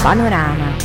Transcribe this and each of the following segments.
Panoráma.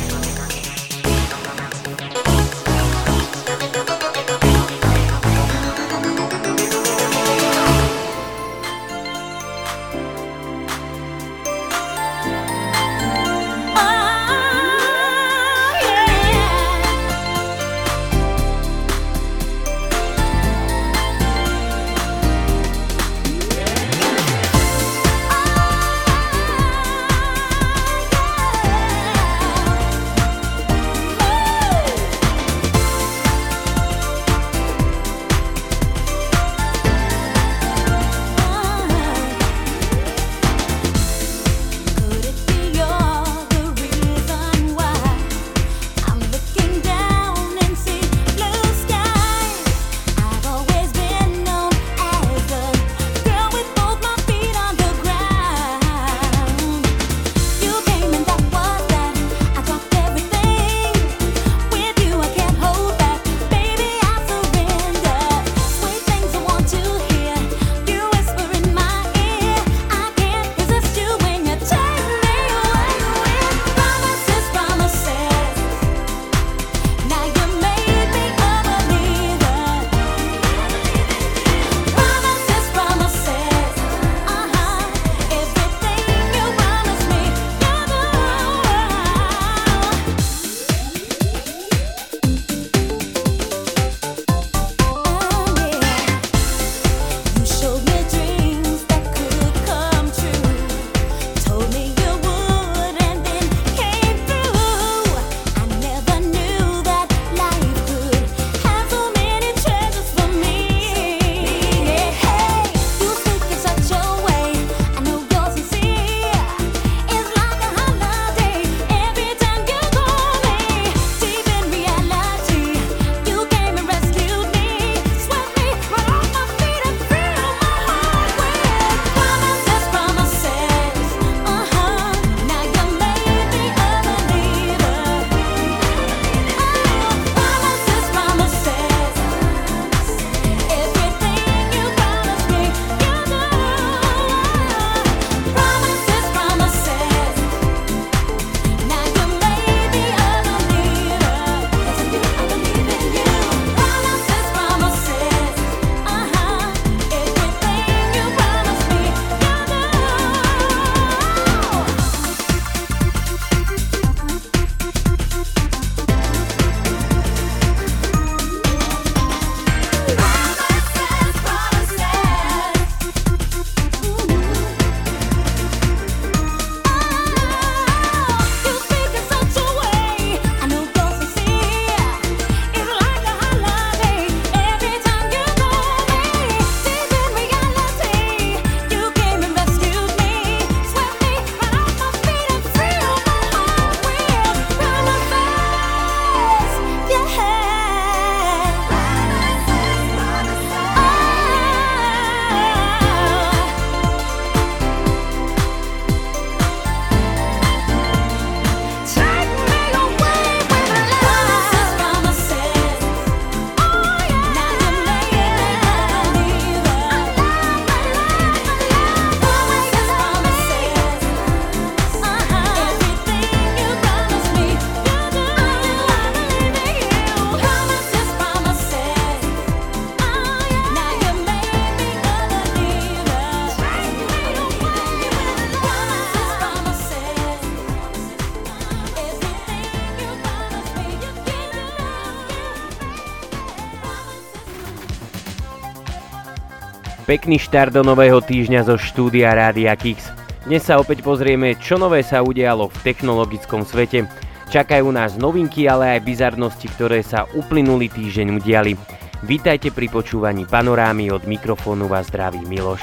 Pekný štart do nového týždňa zo štúdia Rádia Kix. Dnes sa opäť pozrieme, čo nové sa udialo v technologickom svete. Čakajú nás novinky, ale aj bizarnosti, ktoré sa uplynulý týždeň udiali. Vítajte pri počúvaní Panorámy, od mikrofónu vás zdraví Miloš.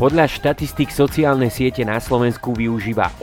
Podľa štatistík sociálne siete na Slovensku využíva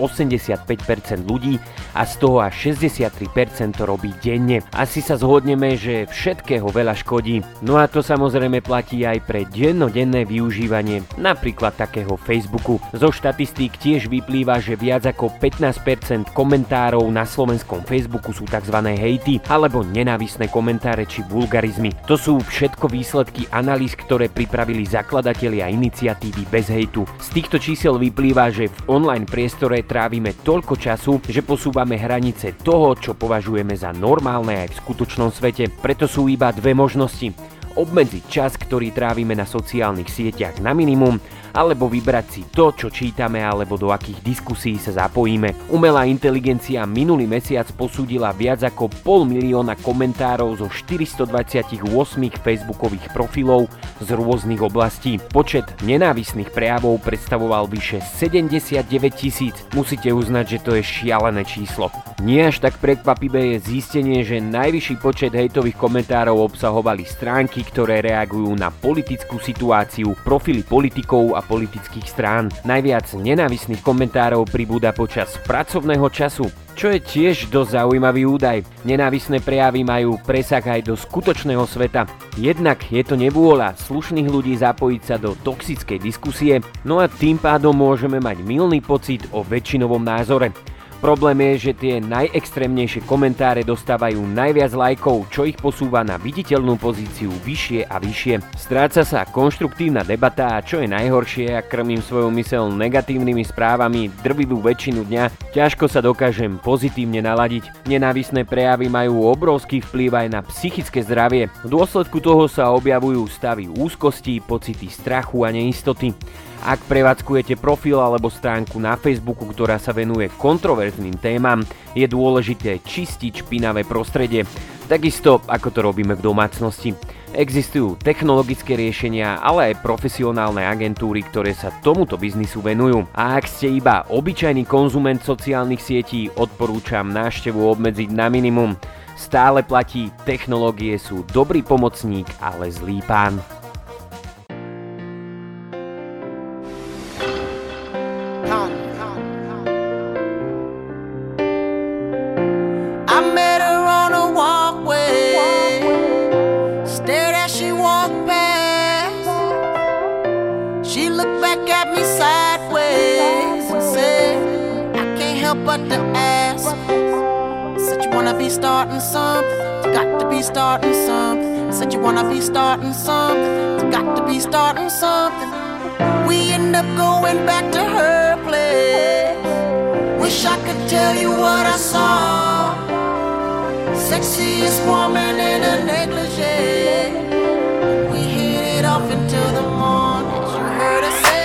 85% ľudí a z toho až 63% to robí denne. Asi sa zhodneme, že všetkého veľa škodí. No a to samozrejme platí aj pre dennodenné využívanie napríklad takého Facebooku. Zo štatistík tiež vyplýva, že viac ako 15% komentárov na slovenskom Facebooku sú tzv. Hejty alebo nenávisné komentáre či vulgarizmy. To sú všetko výsledky analýz, ktoré pripravili zakladatelia iniciatívy Bez hejtu. Z týchto čísel vyplýva, že v online priestore trávime toľko času, že posúvame hranice toho, čo považujeme za normálne aj v skutočnom svete. Preto sú iba dve možnosti. Obmedziť čas, ktorý trávime na sociálnych sieťach na minimum, alebo vybrať si to, čo čítame alebo do akých diskusí sa zapojíme. Umelá inteligencia minulý mesiac posúdila viac ako 500 000 komentárov zo 428 facebookových profilov z rôznych oblastí. Počet nenávistných prejavov predstavoval vyše 79 000. Musíte uznať, že to je šialené číslo. Nie až tak prekvapivé je zistenie, že najvyšší počet hejtových komentárov obsahovali stránky, ktoré reagujú na politickú situáciu, profily politikov a politických strán. Najviac nenávisných komentárov pribúda počas pracovného času, čo je tiež dosť zaujímavý údaj. Nenávisné prejavy majú presah aj do skutočného sveta. Jednak je to nevôľa slušných ľudí zapojiť sa do toxickej diskusie, no a tým pádom môžeme mať mylný pocit o väčšinovom názore. Problém je, že tie najextrémnejšie komentáre dostávajú najviac lajkov, čo ich posúva na viditeľnú pozíciu vyššie a vyššie. Stráca sa konštruktívna debata a čo je najhoršie, ak krmím svoju myseľ negatívnymi správami drvivú väčšinu dňa, ťažko sa dokážem pozitívne naladiť. Nenávisné prejavy majú obrovský vplyv aj na psychické zdravie. V dôsledku toho sa objavujú stavy úzkosti, pocity strachu a neistoty. Ak prevádzkujete profil alebo stránku na Facebooku, ktorá sa venuje kontroverzným témam, je dôležité čistiť špinavé prostredie, takisto ako to robíme v domácnosti. Existujú technologické riešenia, ale aj profesionálne agentúry, ktoré sa tomuto biznisu venujú. A ak ste iba obyčajný konzument sociálnych sietí, odporúčam návštevu obmedziť na minimum. Stále platí, technológie sú dobrý pomocník, ale zlý pán. But to ask, said you wanna be starting something, you got to be starting something. Said you wanna be starting something, you got to be starting something. We end up going back to her place. Wish I could tell you what I saw. Sexiest woman in a negligee. We hit it off until the morning. You heard her say,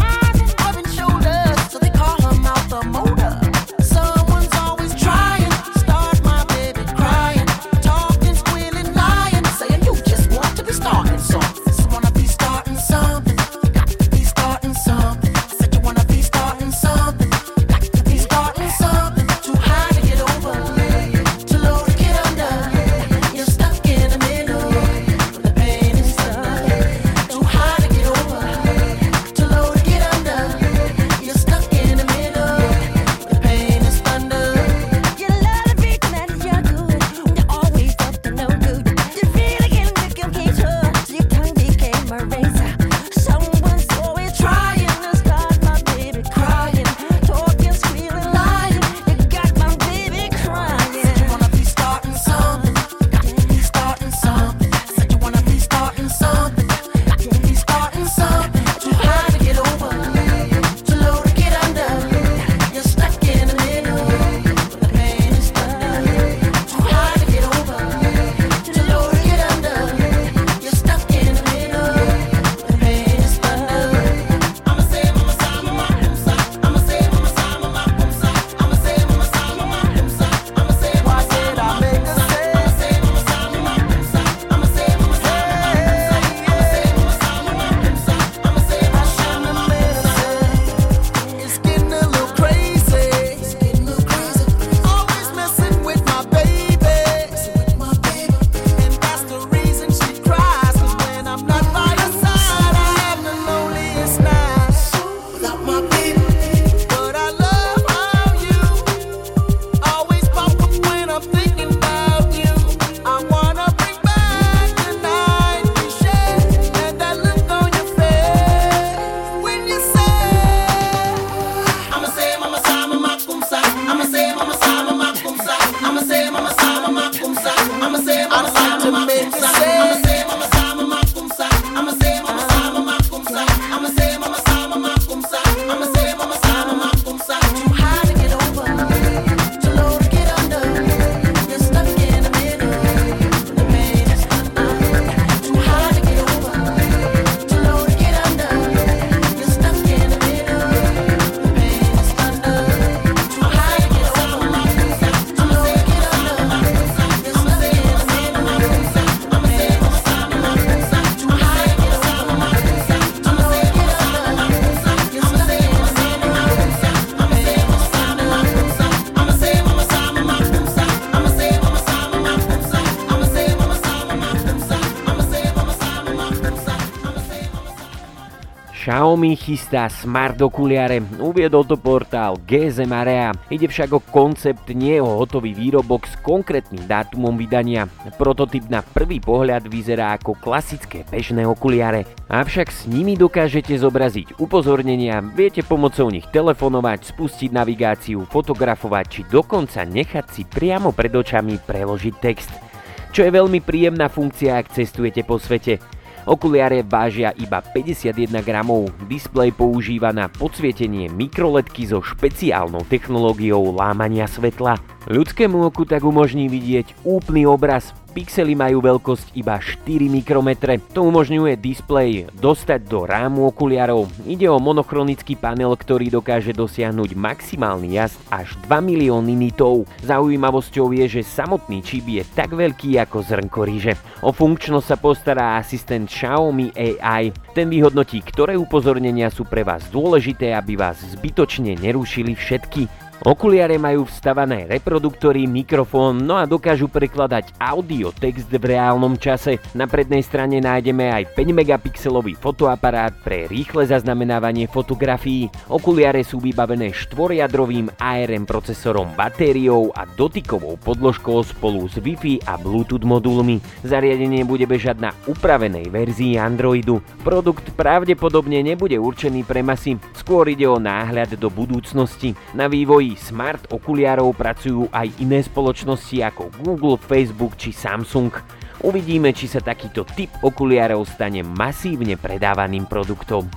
someone's always trying Xiaomi chystá smart okuliare, uviedol to portál GSM Area. Ide však o koncept, nie o hotový výrobok s konkrétnym dátumom vydania. Prototyp na prvý pohľad vyzerá ako klasické bežné okuliare. Avšak s nimi dokážete zobraziť upozornenia, viete pomocou nich telefonovať, spustiť navigáciu, fotografovať či dokonca nechať si priamo pred očami preložiť text. Čo je veľmi príjemná funkcia, ak cestujete po svete. Okuliare vážia iba 51 gramov, displej používa na podsvietenie mikroledky so špeciálnou technológiou lámania svetla. Ľudskému oku tak umožní vidieť úplný obraz. Pixely majú veľkosť iba 4 mikrometre. To umožňuje displej dostať do rámu okuliarov. Ide o monochronický panel, ktorý dokáže dosiahnuť maximálny jazd až 2 milióny nitov. Zaujímavosťou je, že samotný čip je tak veľký ako zrnko ryže. O funkčnosť sa postará asistent Xiaomi AI. Ten vyhodnotí, ktoré upozornenia sú pre vás dôležité, aby vás zbytočne nerušili všetky. Okuliare majú vstavané reproduktory, mikrofón, no a dokážu prekladať audio, text v reálnom čase. Na prednej strane nájdeme aj 5 megapixelový fotoaparát pre rýchle zaznamenávanie fotografií. Okuliare sú vybavené 4-jadrovým ARM procesorom, batériou a dotykovou podložkou spolu s Wi-Fi a Bluetooth modulmi. Zariadenie bude bežať na upravenej verzii Androidu. Produkt pravdepodobne nebude určený pre masy, skôr ide o náhľad do budúcnosti. Na vývoji smart okuliarov pracujú aj iné spoločnosti ako Google, Facebook či Samsung. Uvidíme, či sa takýto typ okuliarov stane masívne predávaným produktom.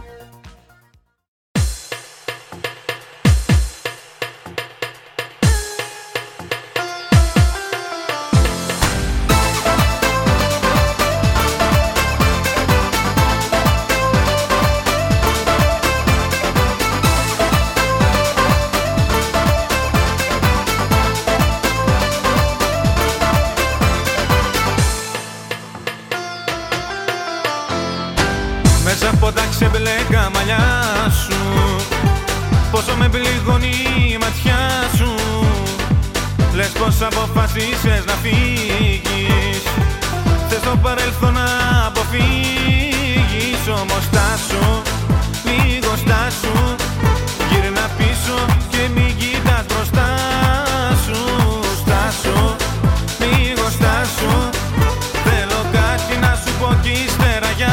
Μέσα από τα ξεμπλέκα μαλλιά σου, πόσο με πληγώνει η ματιά σου. Λες πως αποφασίσες να φύγεις, θες το παρελθόν να αποφύγεις. Όμως στάσου, λίγο στάσου, γύρνα πίσω και μην κοιτάς μπροστά σου. Στάσου, λίγο στάσου, θέλω κάτι να σου πω κι ύστερα γεια.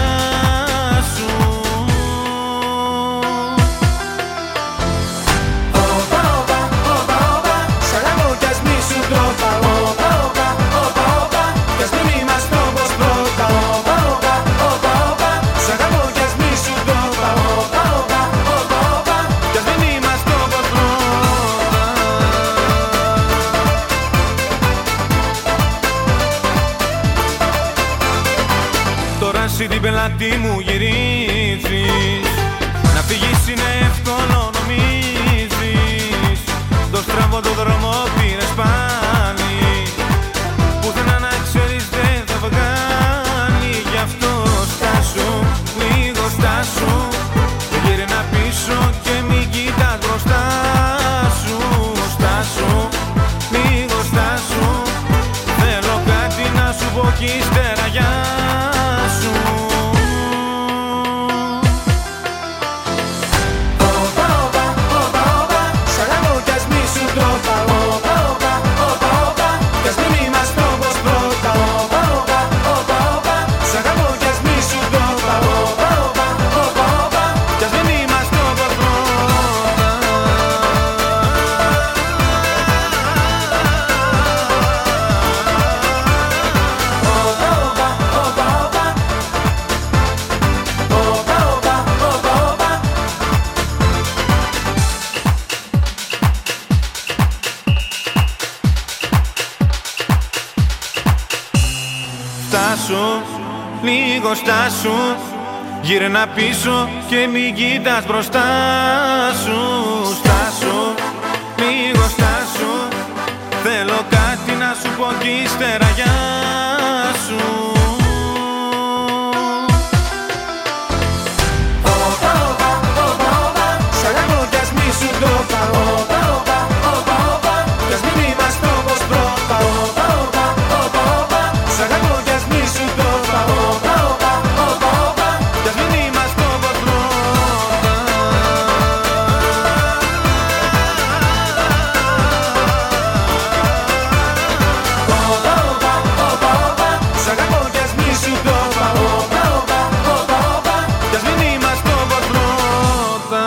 Εσύ την πελάτη μου γυρίζεις, να φύγεις είναι εύκολο νομίζεις. Το στραβό το δρόμο πήρες πάλι, πουθενά να ξέρεις δεν θα βγάλει. Γι' αυτό στάσου, λίγο στάσου, γύρνα πίσω και μην κοιτάς μπροστά σου. Στάσου, λίγο στάσου, θέλω κάτι να σου πω κι ύστερα γεια. Λίγο στάσου, γύρνα πίσω και μην κοιτάς μπροστά σου. Στάσου, λίγο στάσου, θέλω κάτι να σου πω κι ύστερα γεια σου. Σ' αγαπώ κι ας μη σου το πάω, κι ας μην είμαστε όπως πρώτα. Σ' αγαπώ κι ας μη σου το πάω, κι ας μην είμαστε όπως πρώτα. Σ' αγαπώ κι ας μη σου το πάω, κι ας μην είμαστε όπως πρώτα.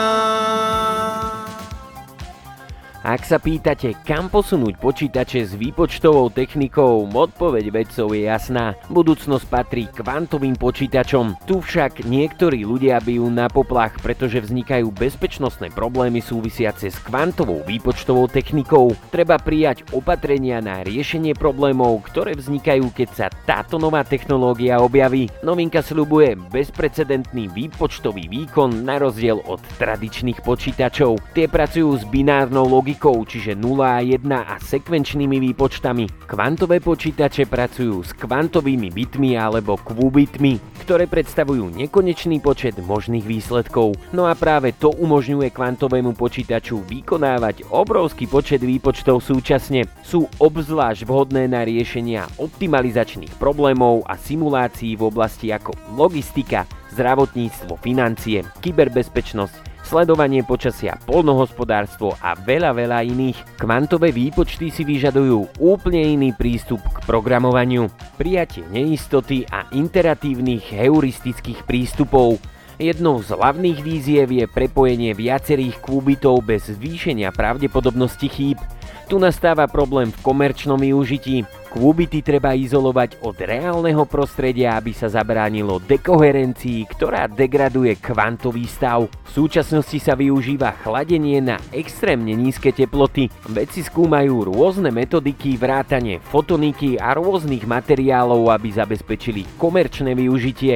Ak sa pýtate, kam posunúť počítače s výpočtovou technikou, odpoveď vedcov je jasná. Budúcnosť patrí kvantovým počítačom. Tu však niektorí ľudia bijú na poplach, pretože vznikajú bezpečnostné problémy súvisiace s kvantovou výpočtovou technikou. Treba prijať opatrenia na riešenie problémov, ktoré vznikajú, keď sa táto nová technológia objaví. Novinka sľubuje bezprecedentný výpočtový výkon na rozdiel od tradičných počítačov. Tie pracujú s binárnou logikou, čiže 0 a 1 a sekvenčnými výpočtami. Kvantové počítače pracujú s kvantovými bitmi alebo kvubitmi, ktoré predstavujú nekonečný počet možných výsledkov. No a práve to umožňuje kvantovému počítaču vykonávať obrovský počet výpočtov súčasne. Sú obzvlášť vhodné na riešenia optimalizačných problémov a simulácií v oblasti ako logistika, zdravotníctvo, financie, kyberbezpečnosť, sledovanie počasia, poľnohospodárstvo a veľa iných. Kvantové výpočty si vyžadujú úplne iný prístup k programovaniu, prijatie neistoty a interatívnych heuristických prístupov. Jednou z hlavných víziev je prepojenie viacerých kubitov bez zvýšenia pravdepodobnosti chýb. Tu nastáva problém v komerčnom využití. Kubity treba izolovať od reálneho prostredia, aby sa zabránilo dekoherencii, ktorá degraduje kvantový stav. V súčasnosti sa využíva chladenie na extrémne nízke teploty. Vedci skúmajú rôzne metodiky, vrátane fotoniky a rôznych materiálov, aby zabezpečili komerčné využitie.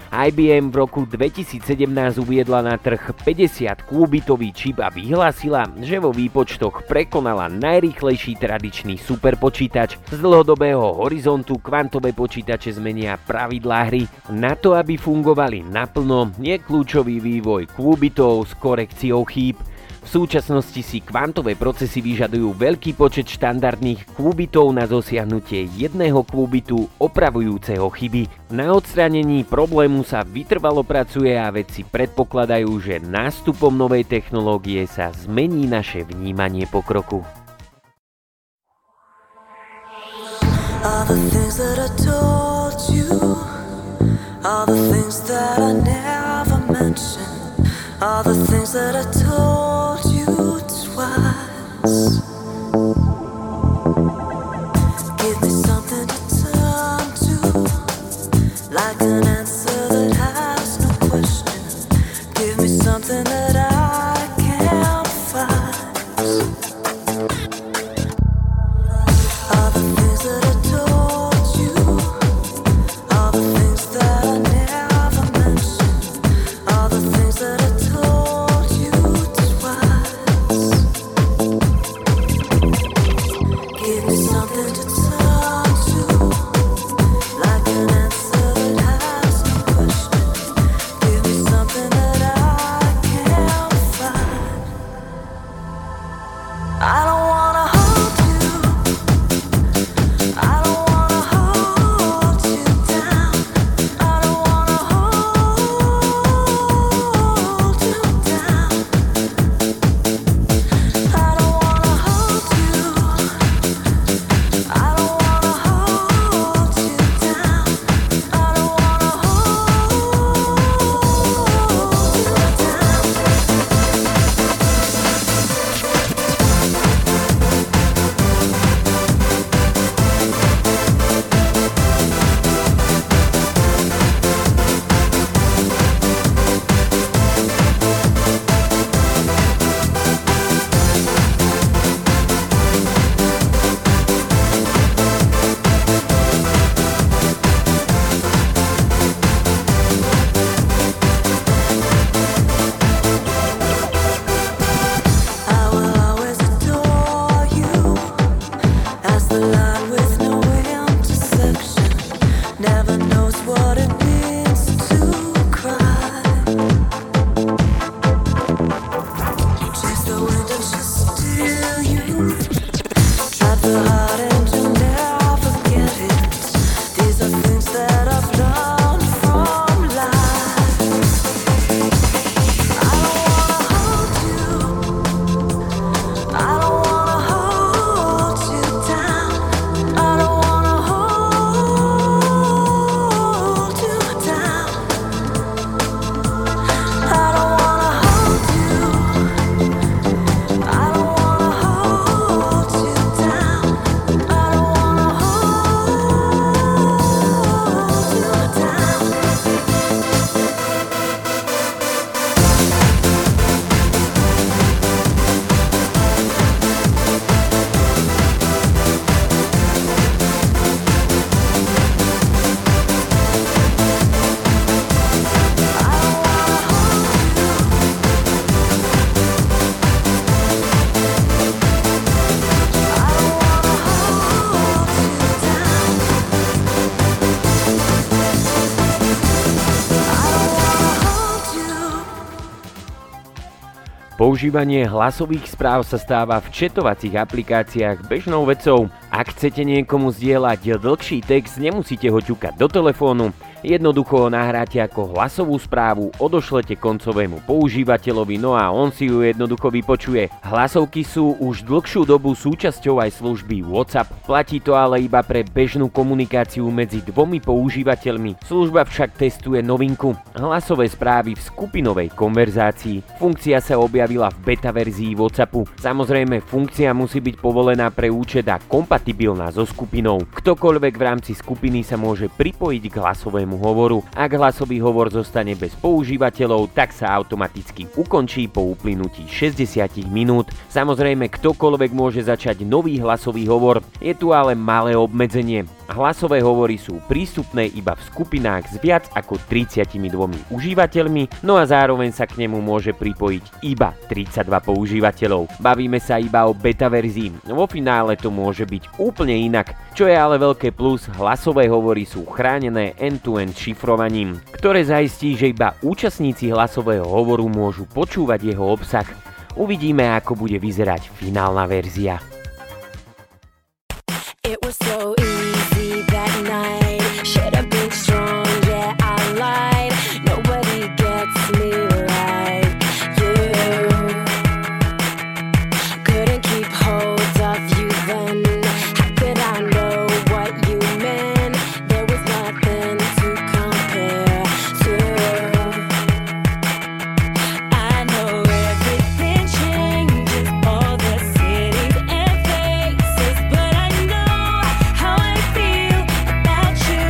IBM v roku 2017 uviedla na trh 50-kubitový čip a vyhlásila, že vo výpočtoch prekonala najrýchlejší tradičný superpočítač. Z dlhodobého horizontu kvantové počítače zmenia pravidlá hry. Na to, aby fungovali naplno, je kľúčový vývoj kubitov s korekciou chýb. V súčasnosti si kvantové procesy vyžadujú veľký počet štandardných kubitov na dosiahnutie jedného kubitu opravujúceho chyby. Na odstránení problému sa vytrvalo pracuje a vedci predpokladajú, že nástupom novej technológie sa zmení naše vnímanie pokroku. All the things that I told you, all the things that I never mentioned, all the things that I told you twice. Give me something to turn to, like an answer that has no question. Give me something that I can't find. All the things that I told you, all the things that I never mentioned, all the things that I told you twice. Používanie hlasových správ sa stáva v chatovacích aplikáciách bežnou vecou. Ak chcete niekomu zdieľať dlhší text, nemusíte ho ťukať do telefónu. Jednoducho ho nahráte ako hlasovú správu, odošlete koncovému používateľovi, no a on si ju jednoducho vypočuje. Hlasovky sú už dlhšiu dobu súčasťou aj služby WhatsApp. Platí to ale iba pre bežnú komunikáciu medzi dvomi používateľmi. Služba však testuje novinku: hlasové správy v skupinovej konverzácii. Funkcia sa objavila v beta verzii WhatsAppu. Samozrejme, funkcia musí byť povolená pre účet a kompatibilná so skupinou. Ktokoľvek v rámci skupiny sa môže pripojiť k hlasovému hovoru. Ak hlasový hovor zostane bez používateľov, tak sa automaticky ukončí po uplynutí 60 minút. Samozrejme, ktokoľvek môže začať nový hlasový hovor. Je tu ale malé obmedzenie. Hlasové hovory sú prístupné iba v skupinách s viac ako 32 užívateľmi, no a zároveň sa k nemu môže pripojiť iba 32 používateľov. Bavíme sa iba o beta verzii. Vo finále to môže byť úplne inak. Čo je ale veľké plus, hlasové hovory sú chránené end-to-end šifrovaním, ktoré zaistí, že iba účastníci hlasového hovoru môžu počúvať jeho obsah. Uvidíme, ako bude vyzerať finálna verzia. It was so easy that night. Should have been strong, yeah, I lied. Nobody gets me like you. Couldn't keep hold of you then. How could I know what you meant? There was nothing to compare to. I know everything changes, all the cities and faces, but I know how I feel about you.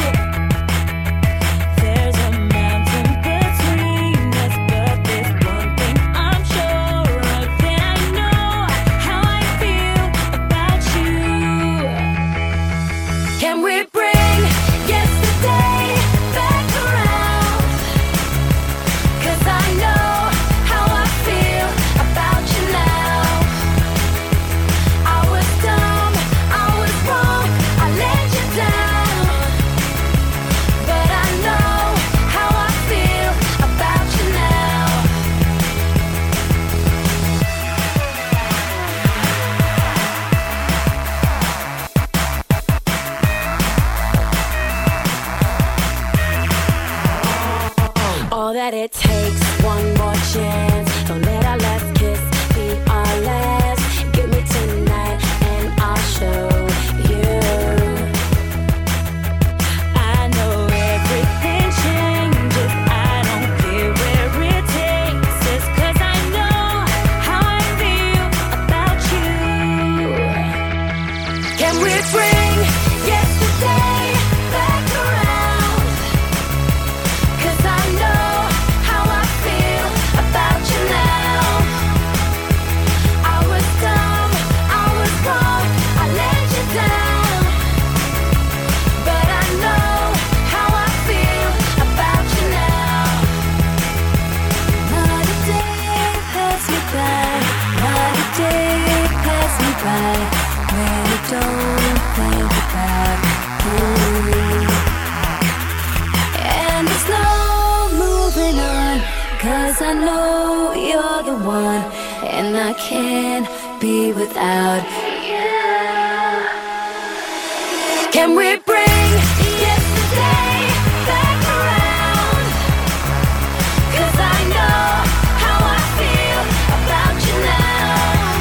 There's a mountain between us, but there's one thing I'm sure of, and I know how I feel about you. Can we bring yesterday back around? 'Cause I know how I feel about you now. I was dumb, I was wrong, I let you down. But I know how I feel about you now. All that it takes, one more chance. Don't let our last kiss be our last. Give me tonight and I'll show you. I know everything changes, I don't care where it takes us, 'cause I know how I feel about you. Can we bring yesterday back around? 'Cause I know how I feel about you now. I was dumb, I was wrong, I let you down. But I know how I feel about you now. Not a day passed me by, not a day passed me by, when I don't think about you. And there's no moving on, 'cause I know you're the one, and I can't be without you. Can we bring yesterday back around? 'Cause I know how I feel about you now.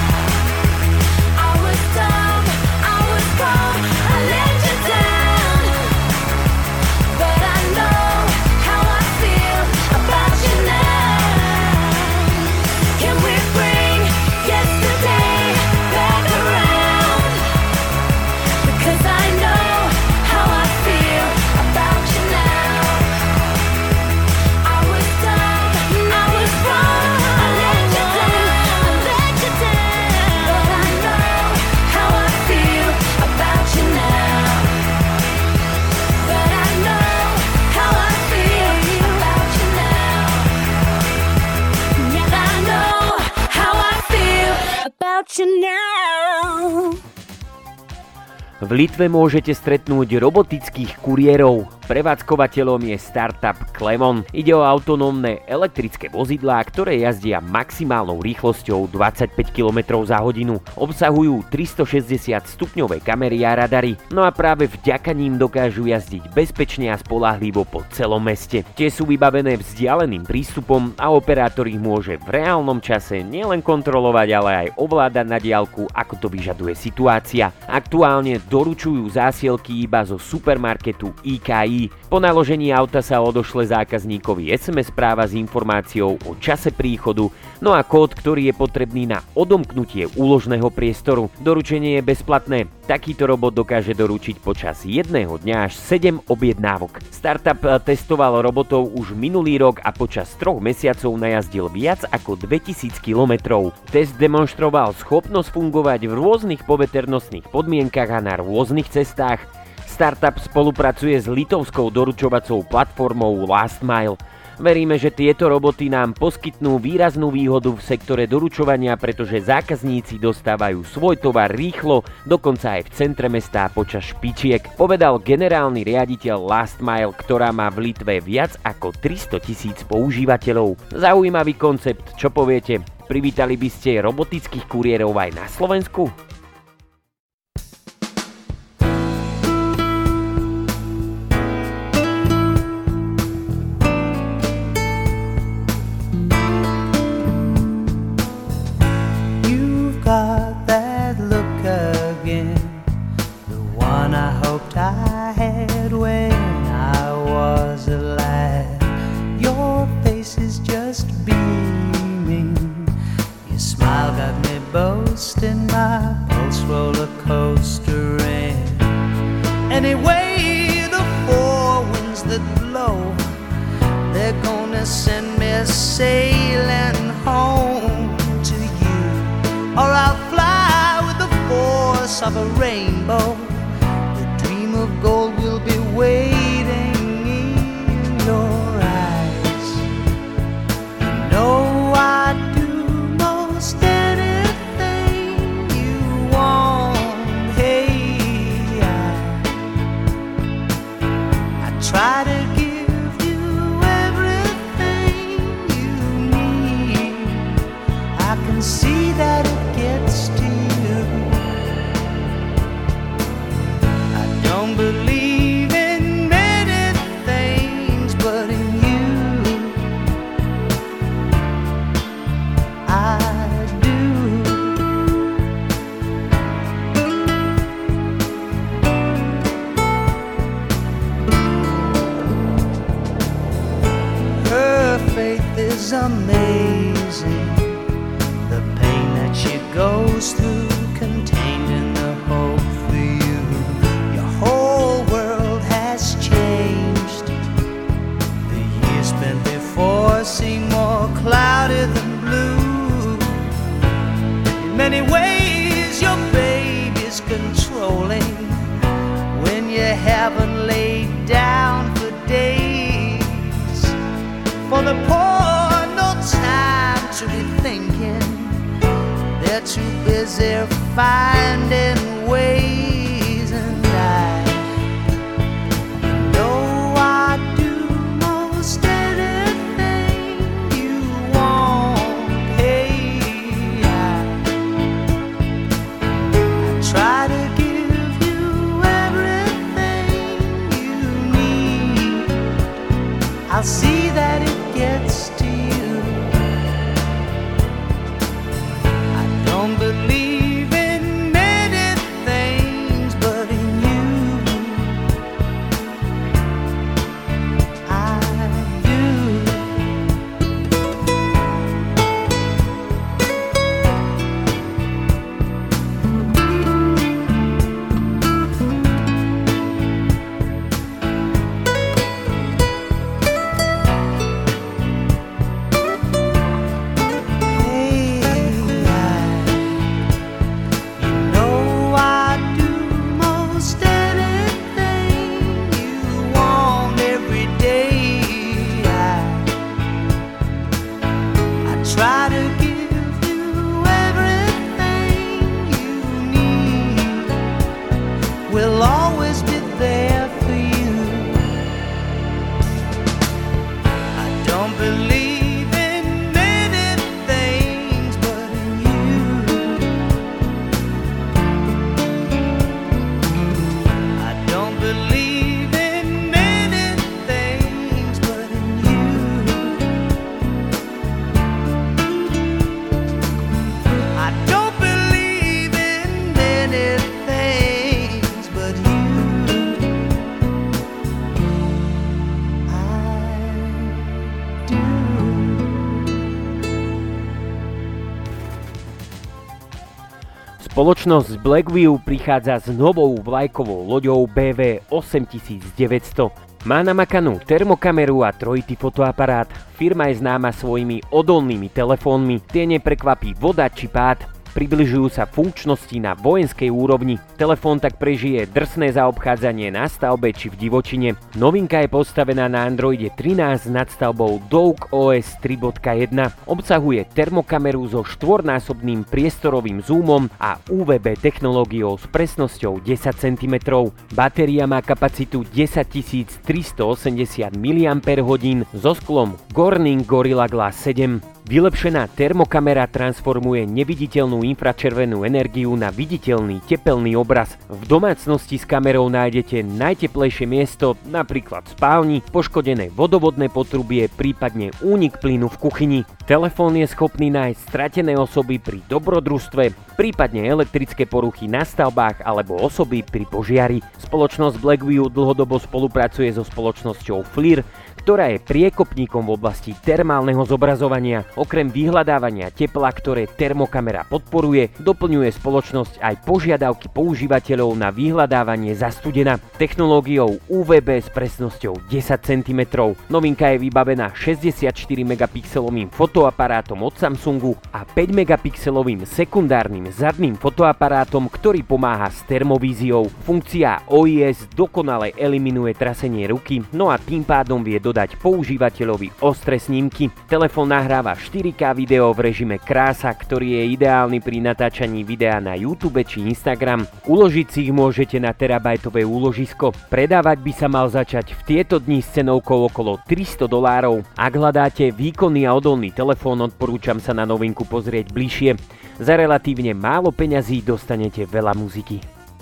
I was dumb, I was wrong, I let you down. But I know how I feel about you now. Can we bring yesterday back around? Because I know how I feel about you now. I was dumb, I was wrong, I let you down, I let you down. But I know how I feel about you now. But I know how I feel about you now. Yeah, I know how I feel about you now. V Litve môžete stretnúť robotických kuriérov. Prevádzkovateľom je startup Clemon. Ide o autonómne elektrické vozidlá, ktoré jazdia maximálnou rýchlosťou 25 km za hodinu. Obsahujú 360-stupňové kamery a radary, no a práve vďaka ním dokážu jazdiť bezpečne a spoľahlivo po celom meste. Tie sú vybavené vzdialeným prístupom a operátor ich môže v reálnom čase nielen kontrolovať, ale aj ovládať na diaľku, ako to vyžaduje situácia. Aktuálne doručujú zásielky iba zo supermarketu IKI. Po naložení auta sa odošle zákazníkovi SMS správa s informáciou o čase príchodu, no a kód, ktorý je potrebný na odomknutie úložného priestoru. Doručenie je bezplatné. Takýto robot dokáže doručiť počas jedného dňa až 7 objednávok. Startup testoval robotov už minulý rok a počas 3 mesiacov najazdil viac ako 2000 km. Test demonstroval schopnosť fungovať v rôznych poveternostných podmienkach a na rôznych cestách. Startup spolupracuje s litovskou doručovacou platformou Last Mile. Veríme, že tieto roboty nám poskytnú výraznú výhodu v sektore doručovania, pretože zákazníci dostávajú svoj tovar rýchlo, dokonca aj v centre mesta počas špičiek, povedal generálny riaditeľ Last Mile, ktorá má v Litve viac ako 300 000 používateľov. Zaujímavý koncept, čo poviete? Privítali by ste robotických kuriérov aj na Slovensku? Got that look again, the one I hoped I had when I was alive. Your face is just beaming, your smile got me boasting, my pulse roller coastering. Anyway, the four winds that blow, they're gonna send me sailing home to you. Or I'll fly with the force of a rainbow. The dream of gold will be waiting in your eyes. You know I'd do most anything you want. Hey, I try to give you everything you need. I can see that it gets to you. I don't believe in many things, but in you I do. Her faith is amazing, the pain that she goes through, contained in the hope for you. Your whole world has changed. The years spent before seem more cloudy than blue. In many ways your baby's controlling when you haven't laid down for days. For the poor, no time to be thinking, they're too busy finding ways. And you know I'd do most anything you want. Hey, I try to give you everything you need. I'll see that it gets to you. I don't believe in many things, but in you I do. Spoločnosť Blackview prichádza s novou vlajkovou loďou BV 8900. Má namakanú termokameru a trojitý fotoaparát. Firma je známa svojimi odolnými telefónmi. Tie neprekvapí voda či pád. Približujú sa funkčnosti na vojenskej úrovni. Telefón tak prežije drsné zaobchádzanie na stavbe či v divočine. Novinka je postavená na Androide 13 s nadstavbou Dock OS 3.1. Obsahuje termokameru so štvornásobným priestorovým zoomom a UVB technológiou s presnosťou 10 cm. Batéria má kapacitu 10 380 mAh so sklom Corning Gorilla Glass 7. Vylepšená termokamera transformuje neviditeľnú infračervenú energiu na viditeľný tepelný obraz. V domácnosti s kamerou nájdete najteplejšie miesto, napríklad v spálni, poškodené vodovodné potrubie, prípadne únik plynu v kuchyni. Telefón je schopný nájsť stratené osoby pri dobrodružstve, prípadne elektrické poruchy na stavbách alebo osoby pri požiari. Spoločnosť Blackview dlhodobo spolupracuje so spoločnosťou FLIR, ktorá je priekopníkom v oblasti termálneho zobrazovania. Okrem vyhľadávania tepla, ktoré termokamera podporuje, doplňuje spoločnosť aj požiadavky používateľov na vyhľadávanie zastudena technológiou UVB s presnosťou 10 cm. Novinka je vybavená 64 megapixelovým fotoaparátom od Samsungu a 5 megapixelovým sekundárnym zadným fotoaparátom, ktorý pomáha s termovíziou. Funkcia OIS dokonale eliminuje trasenie ruky, no a tým pádom vie dodať používateľovi ostré snímky. Telefón nahráva 4K video v režime krása, ktorý je ideálny pri natáčaní videa na YouTube či Instagram. Uložiť si ich môžete na terabajtové úložisko. Predávať by sa mal začať v tieto dni s cenovkou okolo $300. Ak hľadáte výkonný a odolný telefón, odporúčam sa na novinku pozrieť bližšie. Za relatívne málo peňazí dostanete veľa muziky.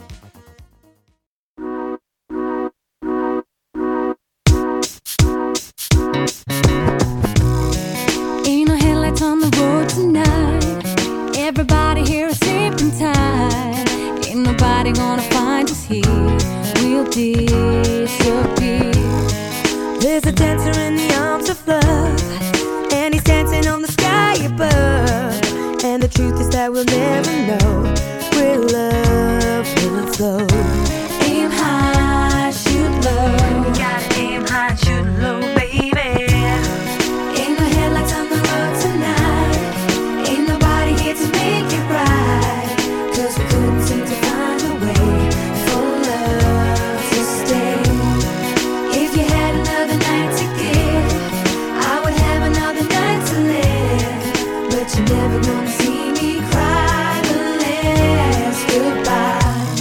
Ain't no headlights on the road tonight. Everybody here is sleeping tight. Ain't nobody gonna find us here. We'll disappear. There's a dancer in the arms of love, and he's dancing on the sky above. And the truth is that we'll never know where love will flow. Aim high, shoot low. Gotta aim high, shoot low, baby. Ain't no headlights on the road tonight. Ain't nobody here to make it right. 'Cause we couldn't seem to find a way for love to stay. If you had another night to give, I would have another night to live. But you're never gonna see me cry the last goodbye.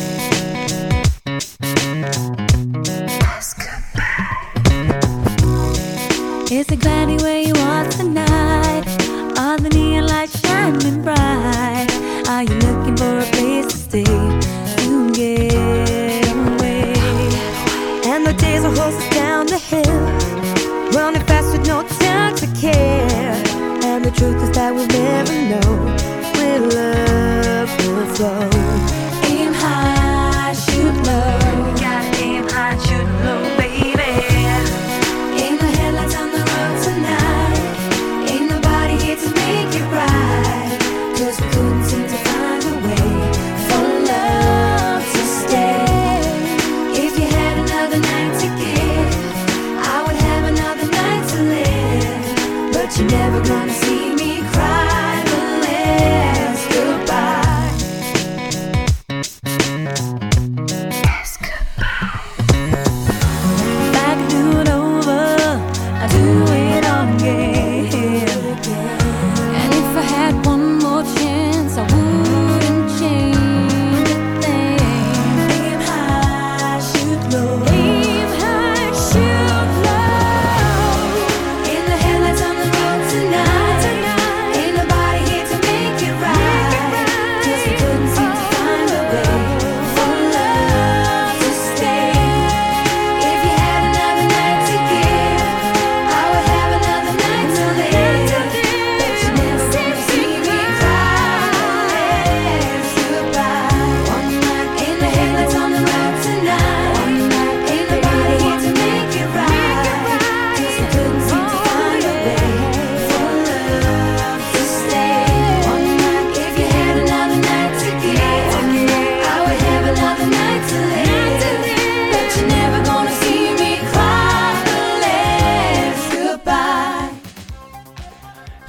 It's exactly where you are tonight. All the neon lights shining bright. Are you looking for a place to stay? To get away. And the days will horse us down the hill, running fast with no time to care. And the truth is that we'll never know where love will flow. Aim high, shoot low. Gotta aim high, shoot low, baby. Ain't no headlights on the road tonight. Ain't nobody here to make it right. 'Cause we couldn't seem to find a way for love to stay. If you had another night to give, I would have another night to live. But you're never gonna see me cry the last goodbye.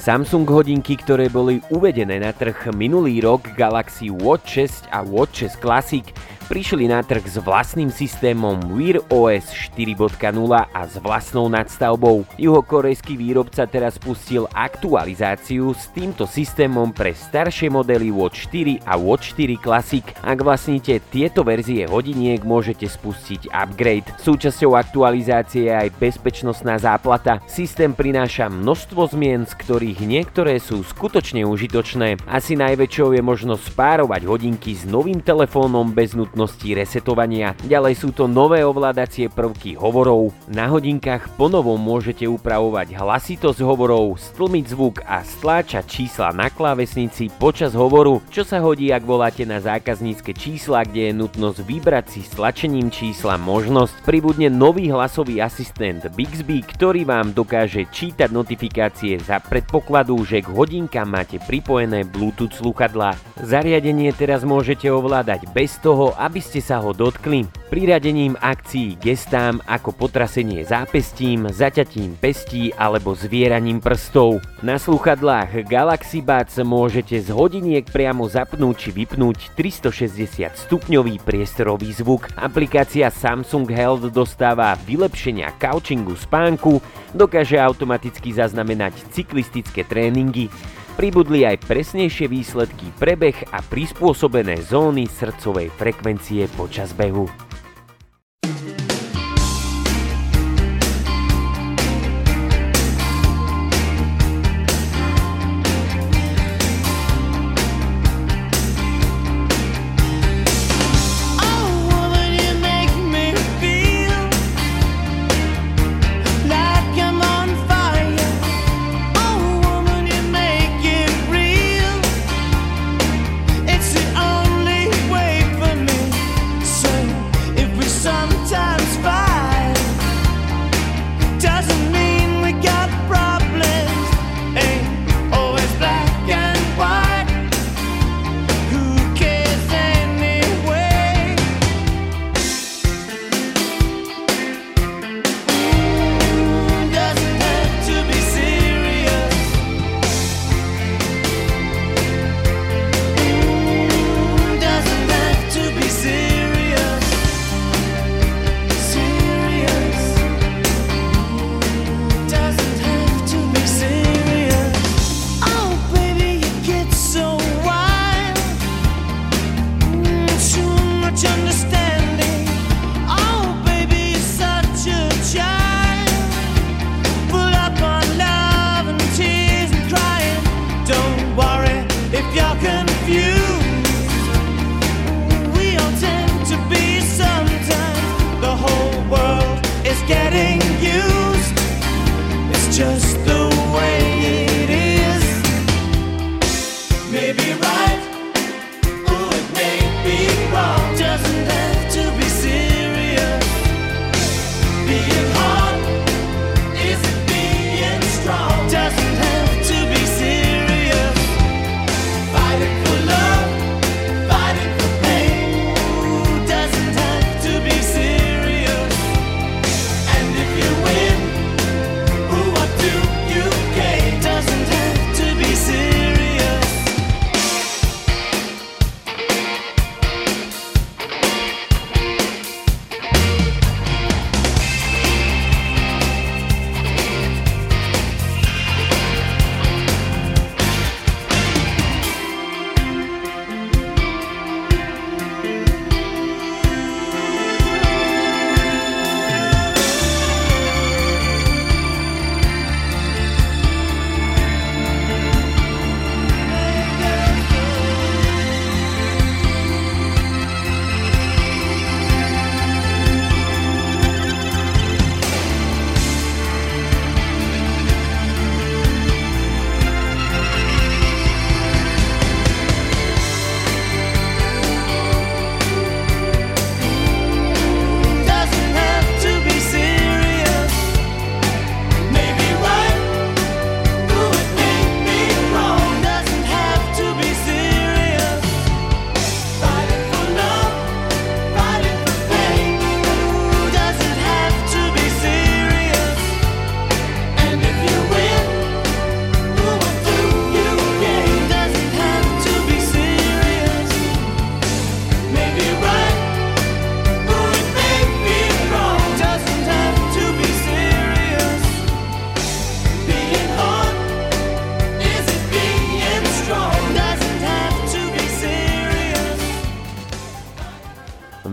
Samsung hodinky, ktoré boli uvedené na trh minulý rok, Galaxy Watch 6 a Watch 6 Classic, prišli na trh s vlastným systémom Wear OS 4.0 a s vlastnou nadstavbou. Juhokorejský výrobca teraz pustil aktualizáciu s týmto systémom pre staršie modely Watch 4 a Watch 4 Classic. Ak vlastníte tieto verzie hodiniek, môžete spustiť upgrade. Súčasťou aktualizácie je aj bezpečnostná záplata. Systém prináša množstvo zmien, z ktorých niektoré sú skutočne užitočné. Asi najväčšou je možnosť spárovať hodinky s novým telefónom bez nutnosti resetovania. Ďalej sú to nové ovládacie prvky hovorov. Na hodinkách ponovom môžete upravovať hlasitosť hovorov, stlmiť zvuk a stláčať čísla na klávesnici počas hovoru, čo sa hodí, ak voláte na zákaznícke čísla, kde je nutnosť vybrať si stlačením čísla možnosť. Pribudne nový hlasový asistent Bixby, ktorý vám dokáže čítať notifikácie za predpokladu, že k hodinkám máte pripojené Bluetooth slúchadlá. Zariadenie teraz môžete ovládať bez toho, aby ste sa ho dotkli. Priradením akcií gestám ako potrasenie zápestím, zaťatím pestí alebo zvieraním prstov. Na slúchadlách Galaxy Buds môžete z hodiniek priamo zapnúť či vypnúť 360 stupňový priestorový zvuk. Aplikácia Samsung Health dostáva vylepšenia coachingu spánku, dokáže automaticky zaznamenať cyklistické tréningy, pribudli aj presnejšie výsledky pre beh a prispôsobené zóny srdcovej frekvencie počas behu.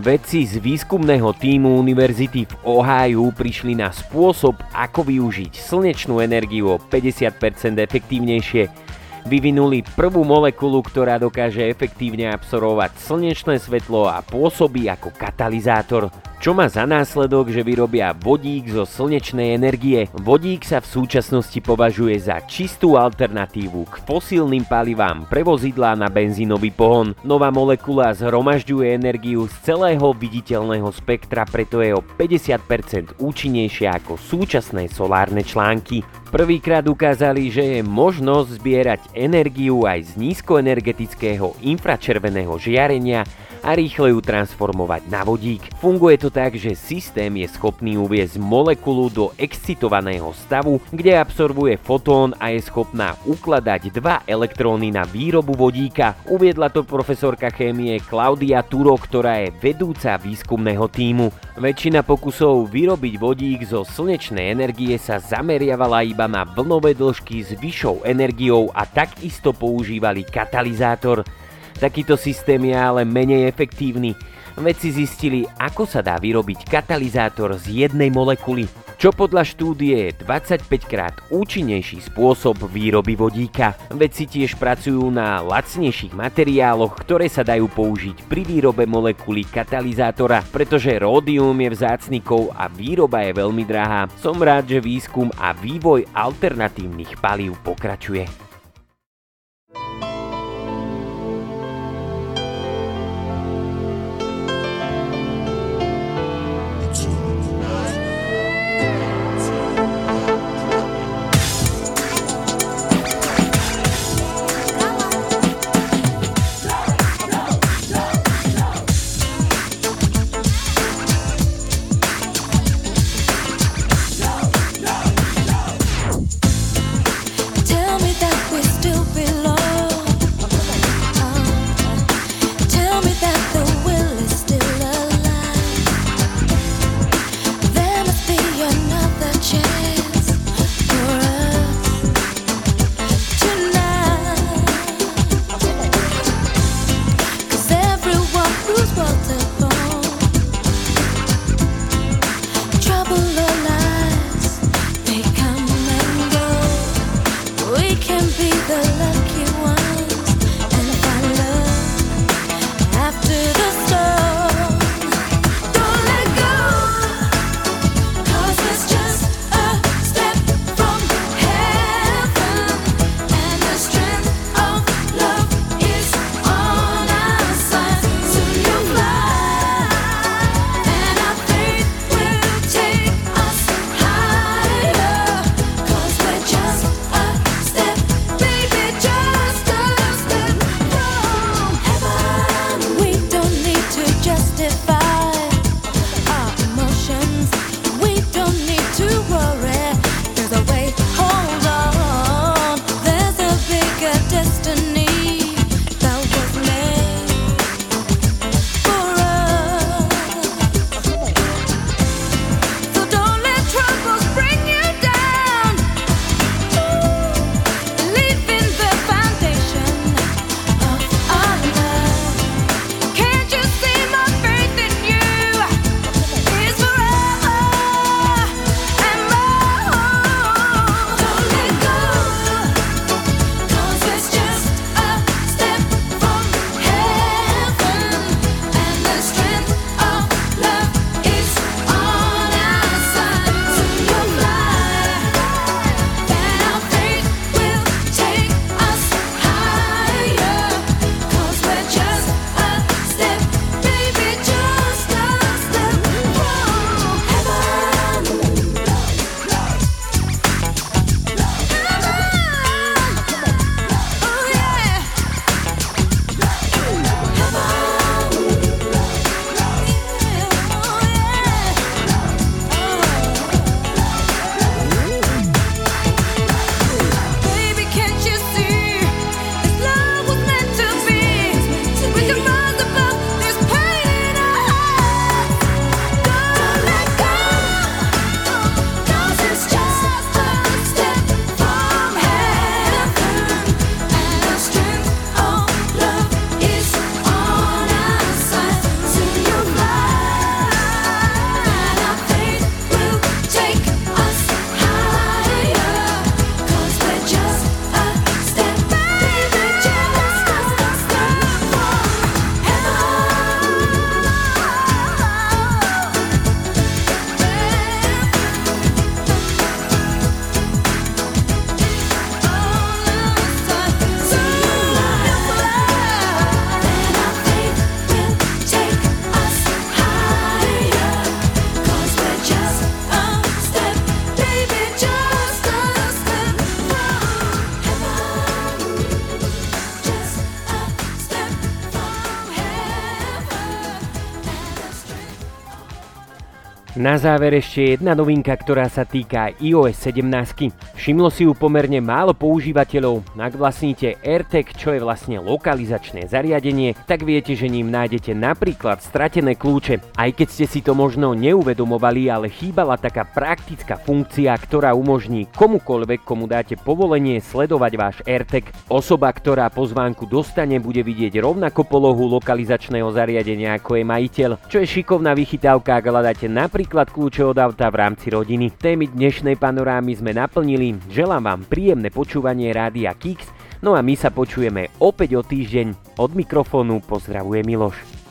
Vedci z výskumného tímu Univerzity v Ohiu prišli na spôsob, ako využiť slnečnú energiu o 50% efektívnejšie. Vyvinuli prvú molekulu, ktorá dokáže efektívne absorbovať slnečné svetlo a pôsobí ako katalizátor, čo má za následok, že vyrobia vodík zo slnečnej energie. Vodík sa v súčasnosti považuje za čistú alternatívu k fosílnym palivám pre vozidlá na benzínový pohon. Nová molekula zhromažďuje energiu z celého viditeľného spektra, preto je o 50% účinnejšia ako súčasné solárne články. Prvýkrát ukázali, že je možnosť zbierať energiu aj z nízkoenergetického infračerveného žiarenia a rýchle ju transformovať na vodík. Funguje to tak, že systém je schopný uviesť molekulu do excitovaného stavu, kde absorbuje fotón a je schopná ukladať 2 elektróny na výrobu vodíka. Uviedla to profesorka chémie Claudia Turo, ktorá je vedúca výskumného tímu. Väčšina pokusov vyrobiť vodík zo slnečnej energie sa zameriavala iba na vlnové dĺžky s vyššou energiou a takisto používali katalizátor. Takýto systém je ale menej efektívny. Vedci zistili, ako sa dá vyrobiť katalizátor z jednej molekuly, čo podľa štúdie je 25 krát účinnejší spôsob výroby vodíka. Vedci tiež pracujú na lacnejších materiáloch, ktoré sa dajú použiť pri výrobe molekuly katalizátora, pretože ródium je vzácny kov a výroba je veľmi drahá. Som rád, že výskum a vývoj alternatívnych palív pokračuje. Tell me that Na záver ešte jedna novinka, ktorá sa týka iOS 17. Všimlo si ju pomerne málo používateľov. Ak vlastníte AirTag, čo je vlastne lokalizačné zariadenie, tak viete, že ním nájdete napríklad stratené kľúče. Aj keď ste si to možno neuvedomovali, ale chýbala taká praktická funkcia, ktorá umožní komukoľvek, komu dáte povolenie sledovať váš AirTag. Osoba, ktorá pozvánku dostane, bude vidieť rovnako polohu lokalizačného zariadenia ako je majiteľ, čo je šikovná vychytávka, ak hľadáte napríklad kľúče od auta v rámci rodiny. Témy dnešnej panorámy sme naplnili. Želám vám príjemné počúvanie Rádia Kix, no a my sa počujeme opäť o týždeň. Od mikrofónu pozdravuje Miloš.